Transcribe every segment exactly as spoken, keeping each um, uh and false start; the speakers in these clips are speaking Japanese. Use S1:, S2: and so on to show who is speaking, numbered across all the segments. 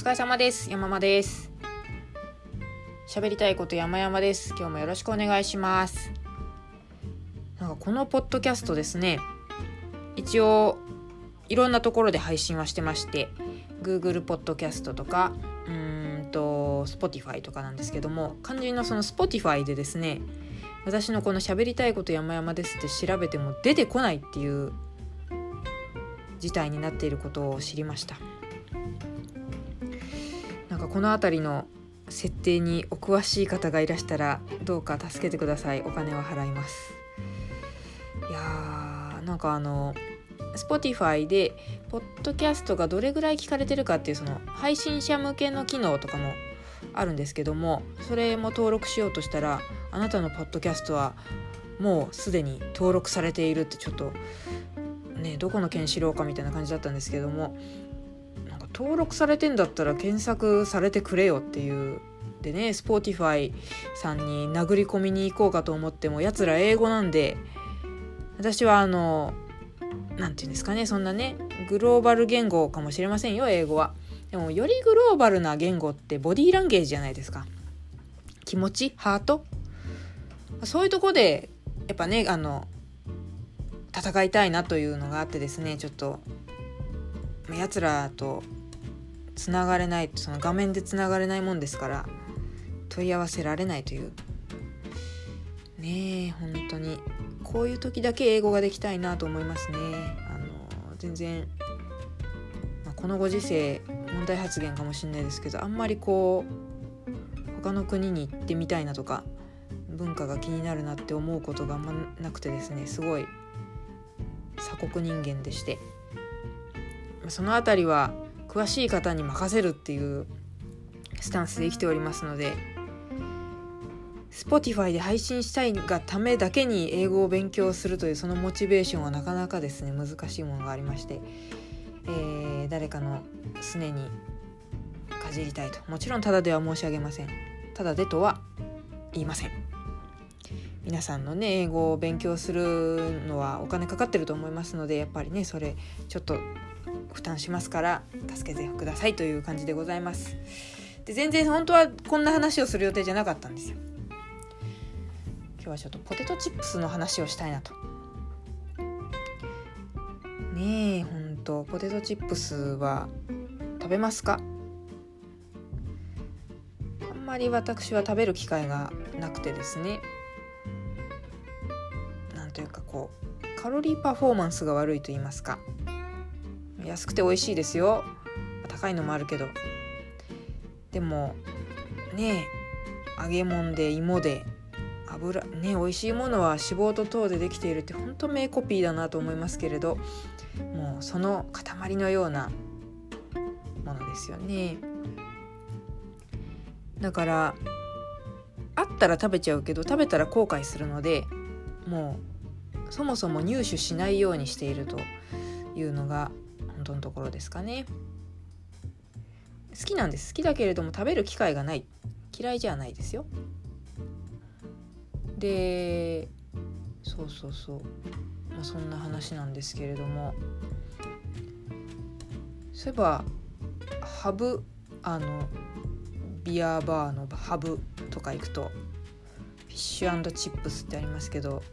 S1: 疲れ様です。山間です。喋りたいこと山々です。今日もよろしくお願いします。なんかこのポッドキャストですね、一応いろんなところで配信はしてまして、 Google ポッドキャストとかうーんと Spotify とかなんですけども、肝心のその Spotify でですね、私のこの喋りたいこと山々ですって調べても出てこないっていう事態になっていることを知りました。なんかこのあたりの設定にお詳しい方がいらしたらどうか助けてください。お金は払います。いやー、なんかあの Spotify でポッドキャストがどれぐらい聞かれてるかっていうその配信者向けの機能とかもあるんですけども、それも登録しようとしたら、あなたのポッドキャストはもうすでに登録されているって、ちょっとね、どこの県知ろうかみたいな感じだったんですけども、なんか登録されてんだったら検索されてくれよっていうでね、Spotify さんに殴り込みに行こうかと思っても、やつら英語なんで、私はあのなんていうんですかね、そんなねグローバル言語かもしれませんよ、英語は。でもよりグローバルな言語ってボディーランゲージじゃないですか。気持ち、ハート、そういうとこでやっぱね、あの戦いたいなというのがあってですね、ちょっとやつらとつながれない、その画面でつながれないもんですから問い合わせられないというね。え本当にこういう時だけ英語ができたいなと思いますね。あの全然、まあ、このご時世問題発言かもしれないですけど、あんまりこう他の国に行ってみたいなとか文化が気になるなって思うことがあんまなくてですね、すごい鎖国人間でして、そのあたりは詳しい方に任せるっていうスタンスで生きておりますので、 Spotify で配信したいがためだけに英語を勉強するというそのモチベーションはなかなかですね難しいものがありまして、えー、誰かのすねにかじりたいと、もちろんただでは申し上げません。ただでとは言いません。皆さんのね英語を勉強するのはお金かかってると思いますので、やっぱりねそれちょっと負担しますから助けてくださいという感じでございます。で全然本当はこんな話をする予定じゃなかったんですよ。今日はちょっとポテトチップスの話をしたいなと。ねえ、本当ポテトチップスは食べますか？あんまり私は食べる機会がなくてですね、なんというかこうカロリーパフォーマンスが悪いと言いますか、安くて美味しいですよ、高いのもあるけど、でもねえ揚げ物で芋で油ね、美味しいものは脂肪と糖でできているって本当名コピーだなと思いますけれど、もうその塊のようなものですよね。だからあったら食べちゃうけど、食べたら後悔するので、もうそもそも入手しないようにしているというのが本当のところですかね。好きなんです。好きだけれども食べる機会がない。嫌いじゃないですよ。で、そうそうそう、まあ、そんな話なんですけれども、そういえばハブ、あのビアバーのハブとか行くとフィッシュ&チップスってありますけど、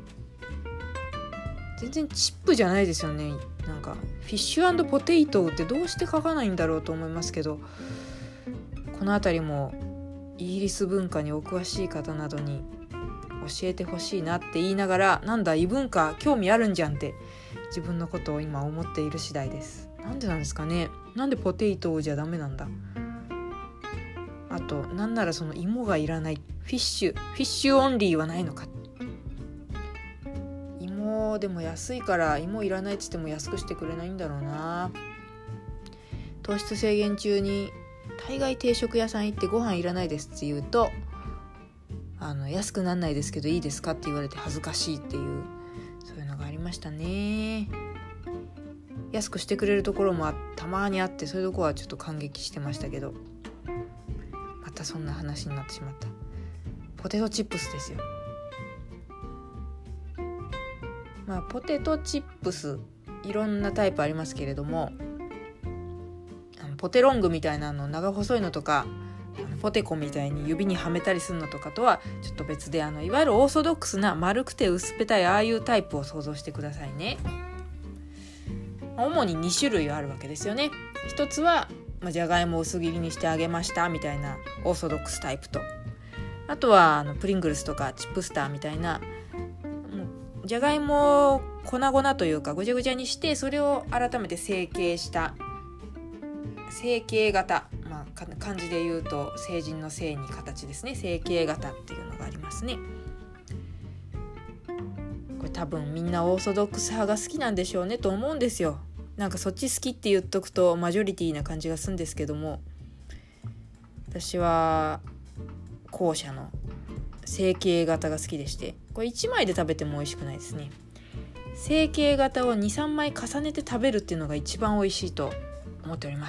S1: 全然チップじゃないですよね。なんかフィッシュ&ポテイトってどうして書かないんだろうと思いますけど、このあたりもイギリス文化にお詳しい方などに教えてほしいなって言いながら、なんだ異文化興味あるんじゃんって自分のことを今思っている次第です。なんでなんですかね。なんでポテイトじゃダメなんだ。あとなんならその芋がいらない、フィッシュフィッシュオンリーはないのか。芋でも安いから芋いらないって言っても安くしてくれないんだろうな。糖質制限中に大概定食屋さん行ってご飯いらないですって言うと、あの安くなんないですけどいいですかって言われて恥ずかしいっていう、そういうのがありましたね。安くしてくれるところもたまにあって、そういうところはちょっと感激してましたけど、またそんな話になってしまった。ポテトチップスですよ。まあポテトチップスいろんなタイプありますけれども、 ポテロングみたいなの長細いのとかポテコみたいに指にはめたりするのとかとはちょっと別で、あのいわゆるオーソドックスな丸くて薄っぺたいああいうタイプを想像してくださいね。主にに種類あるわけですよね。一つは、まあ、じゃがいもを薄切りにして揚げましたみたいなオーソドックスタイプと、あとはあのプリングルスとかチップスターみたいなもうじゃがいもを粉々というかぐちゃぐちゃにして、それを改めて成形した成形型、まあ、漢字で言うと成人の成に形ですね、成形型っていうのがありますね。これ多分みんなオーソドックス派が好きなんでしょうねと思うんですよ。なんかそっち好きって言っとくとマジョリティな感じがするんですけども、私は後者の成形型が好きでして、これいちまいで食べても美味しくないですね。成形型を にさんまい重ねて食べるっていうのが一番美味しいと思っております。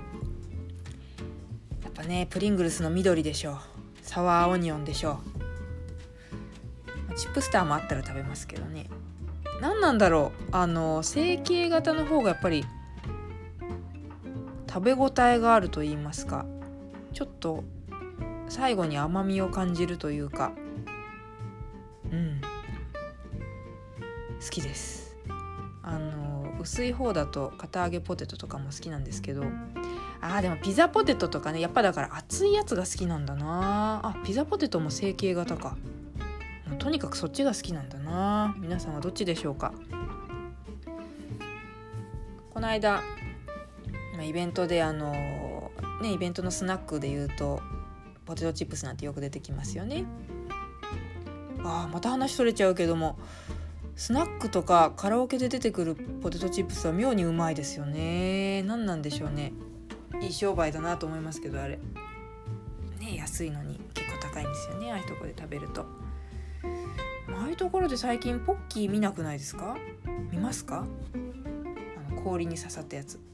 S1: やっぱね、プリングルスの緑でしょう、サワーオニオンでしょう、チップスターもあったら食べますけどね。何なんだろう、あの成形型の方がやっぱり食べ応えがあると言いますか、ちょっと最後に甘みを感じるというか、うん好きです。あの薄い方だと堅揚げポテトとかも好きなんですけど、あーでもピザポテトとかね、やっぱだから熱いやつが好きなんだなあ。ピザポテトも成形型か。とにかくそっちが好きなんだな。皆さんはどっちでしょうか。この間イベントであのねイベントのスナックで言うとポテトチップスなんてよく出てきますよね。あーまた話それちゃうけども、スナックとかカラオケで出てくるポテトチップスは妙にうまいですよね。何なんでしょうね。いい商売だなと思いますけど、あれね、安いのに結構高いんですよね、ああいうところで食べると。ああいうところで最近ポッキー見なくないですか？見ますか？あの氷に刺さったやつ。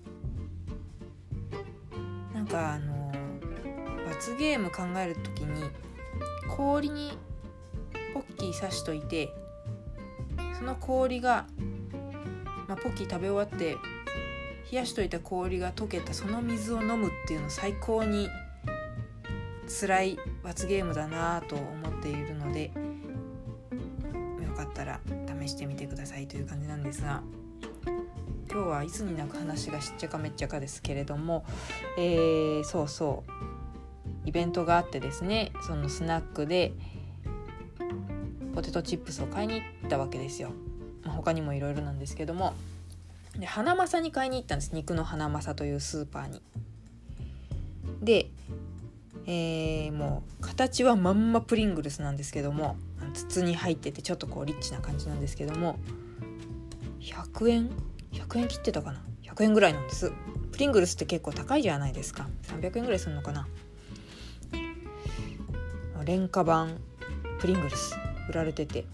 S1: なんかあの罰ゲーム考えるときに氷にポッキー刺しといて、その氷が、まあ、ポッキー食べ終わって冷やしといた氷が溶けたその水を飲むっていうの最高に辛い罰ゲームだなと思っているので、よかったら試してみてくださいという感じなんですが、今日はいつになく話がしっちゃかめっちゃかですけれども、えー、そうそうイベントがあってですね、そのスナックでポテトチップスを買いに行ったわけですよ。まあ、他にもいろいろなんですけども、で花正に買いに行ったんです。肉の花正というスーパーに。で、えー、もう形はまんまプリングルスなんですけども、筒に入っててちょっとこうリッチな感じなんですけども、ひゃくえんひゃくえん切ってたかな、ひゃくえんぐらいなんです。プリングルスって結構高いじゃないですか。さんびゃくえんぐらいするのかな。廉価版プリングルス売られてて、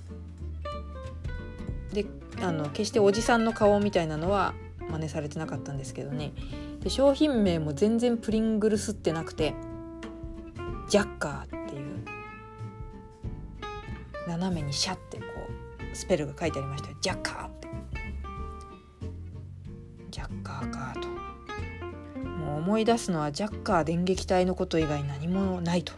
S1: であの決しておじさんの顔みたいなのは真似されてなかったんですけどね。で商品名も全然プリングルスってなくて、ジャッカーっていう斜めにシャッてこうスペルが書いてありましたよ。ジャッカーって、ジャッカーかと。もう思い出すのはジャッカー電撃隊のこと以外何もないと。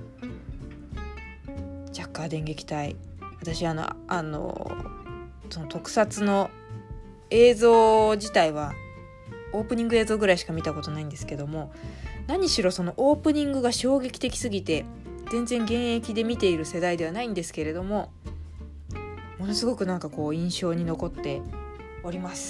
S1: ジャッカー電撃隊、私あのあのその特撮の映像自体はオープニング映像ぐらいしか見たことないんですけども、何しろそのオープニングが衝撃的すぎて全然現役で見ている世代ではないんですけれども、ものすごくなんかこう印象に残っております。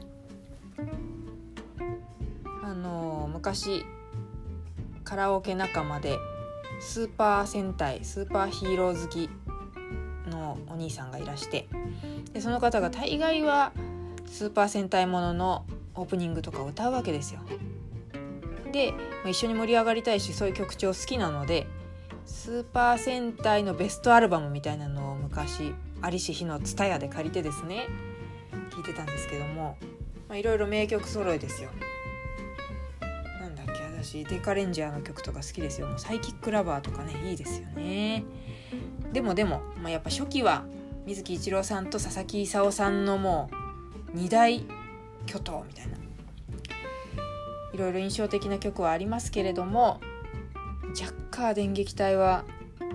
S1: あの昔カラオケ仲間でスーパー戦隊スーパーヒーロー好きのお兄さんがいらして、でその方が大概はスーパー戦隊もののオープニングとかを歌うわけですよ。で一緒に盛り上がりたいし、そういう曲調好きなので、スーパー戦隊のベストアルバムみたいなのを昔有志日のツタヤで借りてですね聴いてたんですけども、いろいろ名曲揃いですよ。なんだっけ、私デカレンジャーの曲とか好きですよ。もうサイキックラバーとかね、いいですよね。でもでも、まあ、やっぱ初期は水木一郎さんと佐々木功さんのもう二大巨頭みたいな。 いろいろ印象的な曲はありますけれども、ジャッカー電撃隊は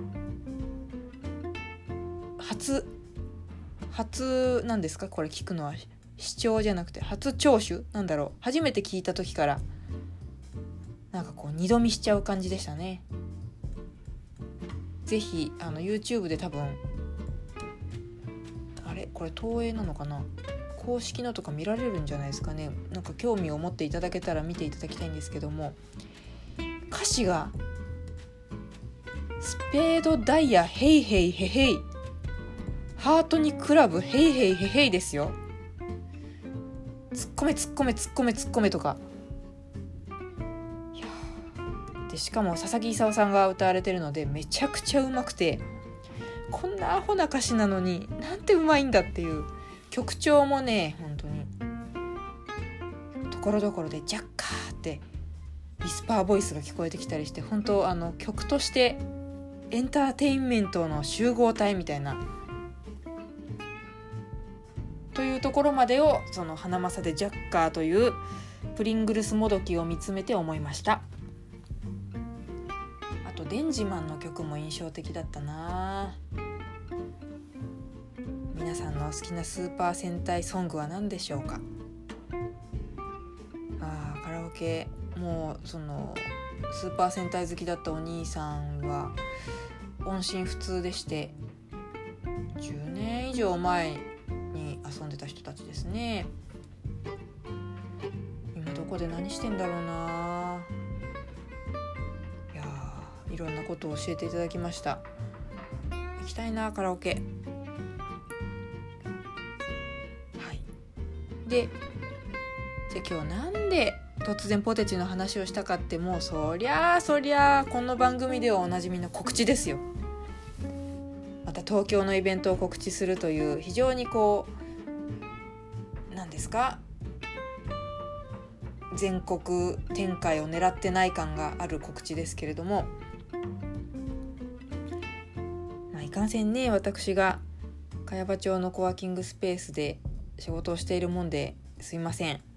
S1: 初初なんですか、これ聞くのは視聴じゃなくて初聴取なんだろう。初めて聞いた時からなんかこう二度見しちゃう感じでしたね。ぜひあの YouTube で多分あれこれ東映なのかな、公式のとか見られるんじゃないですかね。なんか興味を持っていただけたら見ていただきたいんですけども、歌詞がスペードダイヤヘイヘイヘヘイ、ハートにクラブヘイヘイヘヘイですよ。ツッコメツッコメツッコメツッコメとか、いやでしかも佐々木功さんが歌われてるのでめちゃくちゃうまくて、こんなアホな歌詞なのになんてうまいんだっていう。曲調もね本当にところどころでジャッカーってウィスパーボイスが聞こえてきたりして、本当あの曲としてエンターテインメントの集合体みたいなというところまでを、その花正でジャッカーというプリングルスもどきを見つめて思いました。あとデンジマンの曲も印象的だったな。皆さんの好きなスーパー戦隊ソングは何でしょうか。あーカラオケもうそのスーパー戦隊好きだったお兄さんは音信不通でして、じゅうねん以上前に遊んでた人たちですね。今どこで何してんだろうな。いやーいろんなことを教えていただきました。行きたいなカラオケ。で、じゃあ今日なんで突然ポテチの話をしたかって、もうそりゃあそりゃあこの番組ではおなじみの告知ですよ。また東京のイベントを告知するという非常にこうなんですか、全国展開を狙ってない感がある告知ですけれども、まあ、いかんせんね私が茅場町のコワーキングスペースで仕事をしているもんですいません。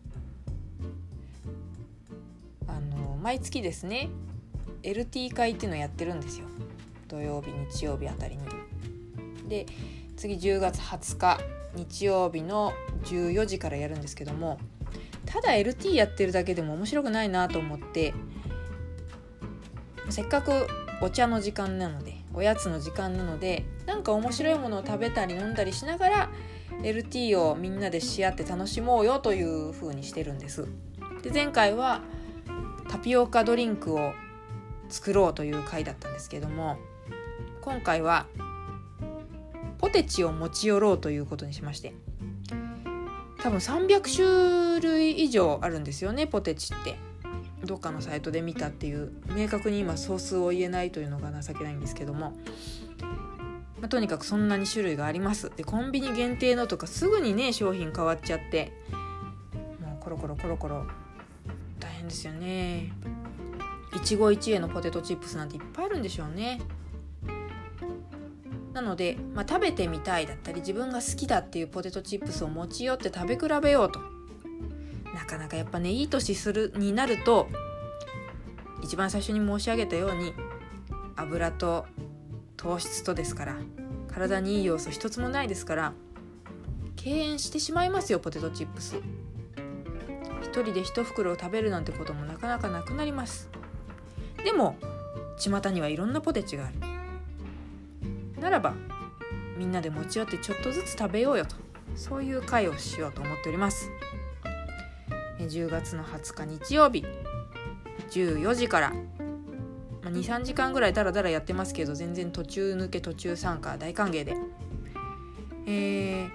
S1: あの毎月ですね エルティー 会っていうのをやってるんですよ、土曜日日曜日あたりに。で次じゅうがつはつか日曜日のじゅうよじからやるんですけども、ただ エルティー やってるだけでも面白くないなと思って、せっかくお茶の時間なのでおやつの時間なので、なんか面白いものを食べたり飲んだりしながらエルティー をみんなでし合って楽しもうよという風にしてるんです。で前回はタピオカドリンクを作ろうという回だったんですけども、今回はポテチを持ち寄ろうということにしまして、多分さんびゃくしゅるい以上あるんですよねポテチって。どっかのサイトで見たっていう、明確に今総数を言えないというのが情けないんですけども、まあ、とにかくそんなに種類があります。でコンビニ限定のとかすぐにね商品変わっちゃって、もうコロコロコロコロ大変ですよね。一期一会のポテトチップスなんていっぱいあるんでしょうね。なので、まあ、食べてみたいだったり自分が好きだっていうポテトチップスを持ち寄って食べ比べようと。なかなかやっぱねいい年するになると、一番最初に申し上げたように油と糖質とですから、体にいい要素一つもないですから、敬遠してしまいますよポテトチップス。一人で一袋を食べるなんてこともなかなかなくなります。でも巷にはいろんなポテチがある。ならばみんなで持ち寄ってちょっとずつ食べようよと、そういう会をしようと思っております。じゅうがつのはつか日曜日じゅうよじから、まあ、にさんじかんぐらいだらだらやってますけど、全然途中抜け途中参加大歓迎で、えー、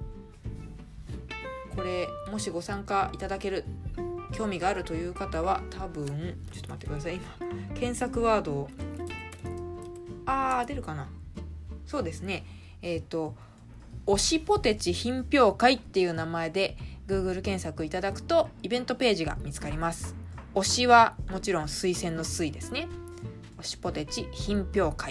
S1: これもしご参加いただける興味があるという方は、多分ちょっと待ってください、今検索ワードをあー出るかな。そうですね、えっと推しポテチ品評会っていう名前で Google 検索いただくとイベントページが見つかります。推しはもちろん推薦の推ですね。推しポテチ品評会、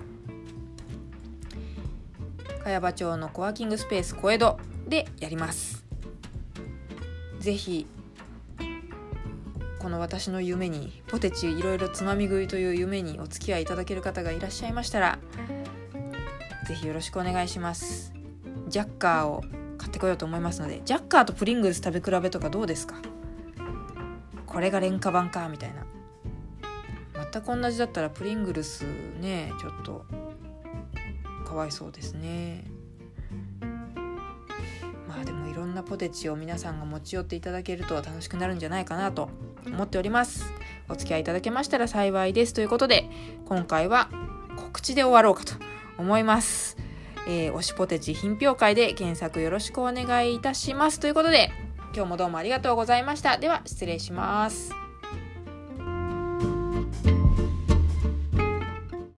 S1: 茅場町のコワーキングスペース小江戸でやります。ぜひこの私の夢にポテチいろいろつまみ食いという夢にお付き合いいただける方がいらっしゃいましたら、ぜひよろしくお願いします。ジャッカーを買ってこようと思いますので、ジャッカーとプリングルス食べ比べとかどうですか？これが廉価版かみたいな。全く同じだったらプリングルスね、ちょっとかわいそうですね。まあでもいろんなポテチを皆さんが持ち寄っていただけると楽しくなるんじゃないかなと思っております。お付き合いいただけましたら幸いですということで、今回は告知で終わろうかと思います。えー、推しポテチ品評会で検索よろしくお願いいたしますということで、今日もどうもありがとうございました。では失礼します。